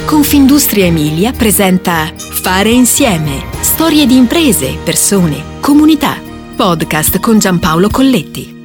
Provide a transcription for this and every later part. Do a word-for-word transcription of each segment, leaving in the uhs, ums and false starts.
Confindustria Emilia presenta Fare insieme. Storie di imprese, persone, comunità. Podcast con Giampaolo Colletti.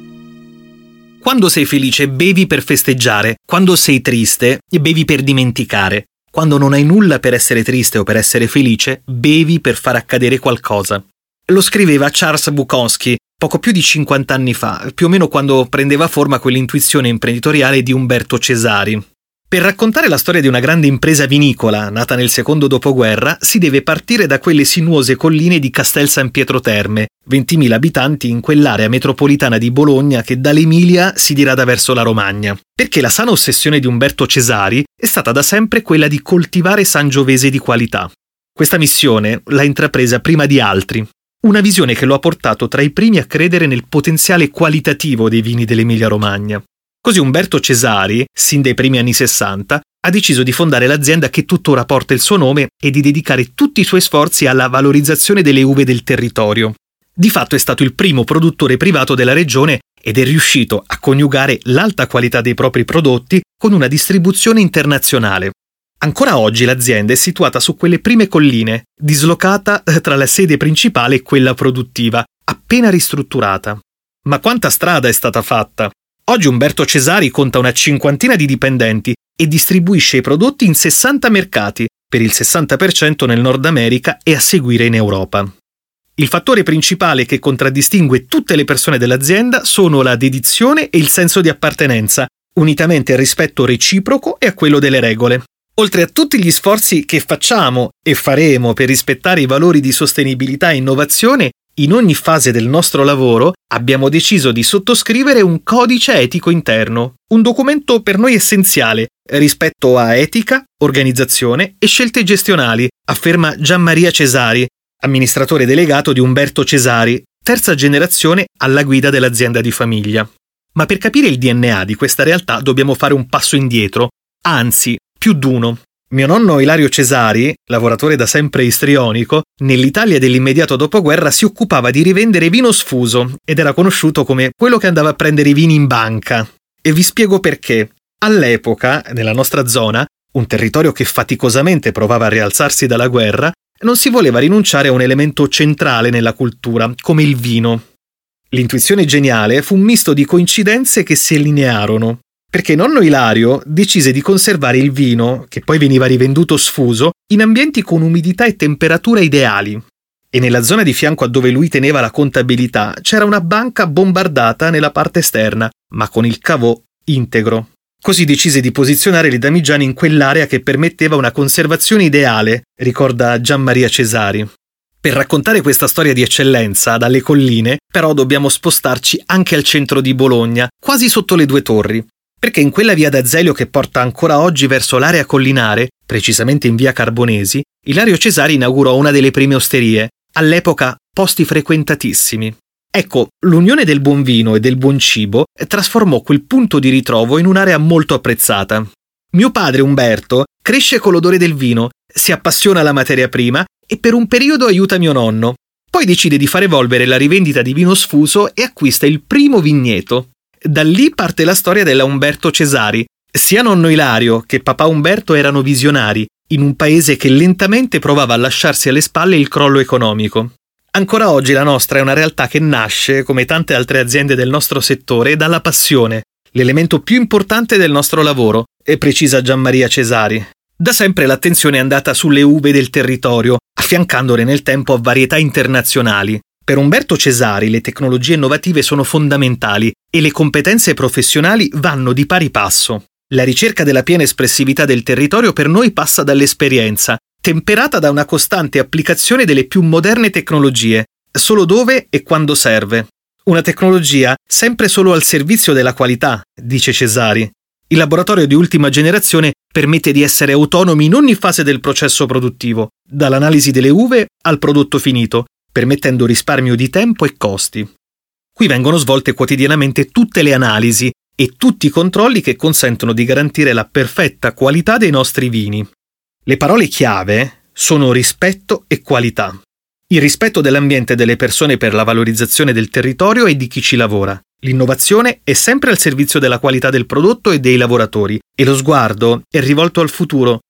Quando sei felice bevi per festeggiare, quando sei triste bevi per dimenticare. Quando non hai nulla per essere triste o per essere felice, bevi per far accadere qualcosa. Lo scriveva Charles Bukowski poco più di cinquanta anni fa, più o meno quando prendeva forma quell'intuizione imprenditoriale di Umberto Cesari. Per raccontare la storia di una grande impresa vinicola nata nel secondo dopoguerra si deve partire da quelle sinuose colline di Castel San Pietro Terme, ventimila abitanti in quell'area metropolitana di Bologna che dall'Emilia si dirada verso la Romagna. Perché la sana ossessione di Umberto Cesari è stata da sempre quella di coltivare Sangiovese di qualità. Questa missione l'ha intrapresa prima di altri. Una visione che lo ha portato tra i primi a credere nel potenziale qualitativo dei vini dell'Emilia-Romagna. Così Umberto Cesari, sin dai primi anni sessanta, ha deciso di fondare l'azienda che tuttora porta il suo nome e di dedicare tutti i suoi sforzi alla valorizzazione delle uve del territorio. Di fatto è stato il primo produttore privato della regione ed è riuscito a coniugare l'alta qualità dei propri prodotti con una distribuzione internazionale. Ancora oggi l'azienda è situata su quelle prime colline, dislocata tra la sede principale e quella produttiva, appena ristrutturata. Ma quanta strada è stata fatta! Oggi Umberto Cesari conta una cinquantina di dipendenti e distribuisce i prodotti in sessanta mercati, per il sessanta per cento nel Nord America e a seguire in Europa. Il fattore principale che contraddistingue tutte le persone dell'azienda sono la dedizione e il senso di appartenenza, unitamente al rispetto reciproco e a quello delle regole. Oltre a tutti gli sforzi che facciamo e faremo per rispettare i valori di sostenibilità e innovazione, in ogni fase del nostro lavoro abbiamo deciso di sottoscrivere un codice etico interno, un documento per noi essenziale rispetto a etica, organizzazione e scelte gestionali, afferma Gianmaria Cesari, amministratore delegato di Umberto Cesari, terza generazione alla guida dell'azienda di famiglia. Ma per capire il D N A di questa realtà dobbiamo fare un passo indietro, anzi, più d'uno. Mio nonno Ilario Cesari, lavoratore da sempre istrionico, nell'Italia dell'immediato dopoguerra si occupava di rivendere vino sfuso ed era conosciuto come quello che andava a prendere i vini in banca. E vi spiego perché. All'epoca, nella nostra zona, un territorio che faticosamente provava a rialzarsi dalla guerra, non si voleva rinunciare a un elemento centrale nella cultura, come il vino. L'intuizione geniale fu un misto di coincidenze che si allinearono. Perché nonno Ilario decise di conservare il vino, che poi veniva rivenduto sfuso, in ambienti con umidità e temperatura ideali. E nella zona di fianco a dove lui teneva la contabilità c'era una banca bombardata nella parte esterna, ma con il cavò integro. Così decise di posizionare le damigiane in quell'area che permetteva una conservazione ideale, ricorda Gianmaria Cesari. Per raccontare questa storia di eccellenza dalle colline, però dobbiamo spostarci anche al centro di Bologna, quasi sotto le due torri. Perché in quella via d'Azeglio che porta ancora oggi verso l'area collinare, precisamente in via Carbonesi, Ilario Cesari inaugurò una delle prime osterie, all'epoca posti frequentatissimi. Ecco, l'unione del buon vino e del buon cibo trasformò quel punto di ritrovo in un'area molto apprezzata. Mio padre Umberto cresce con l'odore del vino, si appassiona alla materia prima e per un periodo aiuta mio nonno. Poi decide di far evolvere la rivendita di vino sfuso e acquista il primo vigneto. Da lì parte la storia della Umberto Cesari. Sia nonno Ilario che papà Umberto erano visionari, in un paese che lentamente provava a lasciarsi alle spalle il crollo economico. Ancora oggi la nostra è una realtà che nasce, come tante altre aziende del nostro settore, dalla passione, l'elemento più importante del nostro lavoro, e precisa Gianmaria Cesari. Da sempre l'attenzione è andata sulle uve del territorio, affiancandole nel tempo a varietà internazionali. Per Umberto Cesari le tecnologie innovative sono fondamentali e le competenze professionali vanno di pari passo. La ricerca della piena espressività del territorio per noi passa dall'esperienza, temperata da una costante applicazione delle più moderne tecnologie, solo dove e quando serve. Una tecnologia sempre solo al servizio della qualità, dice Cesari. Il laboratorio di ultima generazione permette di essere autonomi in ogni fase del processo produttivo, dall'analisi delle uve al prodotto finito, permettendo risparmio di tempo e costi. Qui vengono svolte quotidianamente tutte le analisi e tutti i controlli che consentono di garantire la perfetta qualità dei nostri vini. Le parole chiave sono rispetto e qualità. Il rispetto dell'ambiente e delle persone per la valorizzazione del territorio e di chi ci lavora. L'innovazione è sempre al servizio della qualità del prodotto e dei lavoratori, e lo sguardo è rivolto al futuro,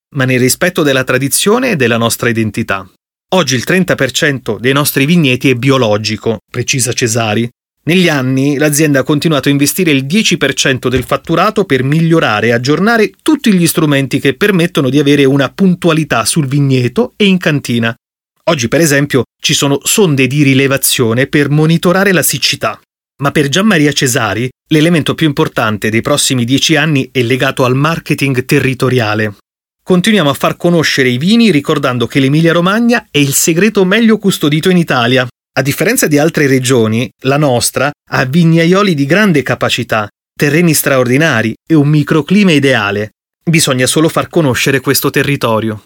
ma nel rispetto della tradizione e della nostra identità. Oggi il trenta per cento dei nostri vigneti è biologico, precisa Cesari. Negli anni l'azienda ha continuato a investire il dieci per cento del fatturato per migliorare e aggiornare tutti gli strumenti che permettono di avere una puntualità sul vigneto e in cantina. Oggi, per esempio, ci sono sonde di rilevazione per monitorare la siccità. Ma per Gianmaria Cesari, l'elemento più importante dei prossimi dieci anni è legato al marketing territoriale. Continuiamo a far conoscere i vini ricordando che l'Emilia-Romagna è il segreto meglio custodito in Italia. A differenza di altre regioni, la nostra ha vignaioli di grande capacità, terreni straordinari e un microclima ideale. Bisogna solo far conoscere questo territorio.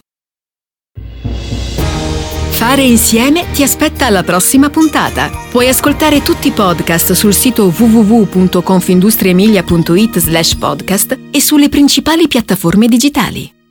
Fare insieme ti aspetta alla prossima puntata. Puoi ascoltare tutti i podcast sul sito w w w punto confindustriemilia punto it slash podcast e sulle principali piattaforme digitali.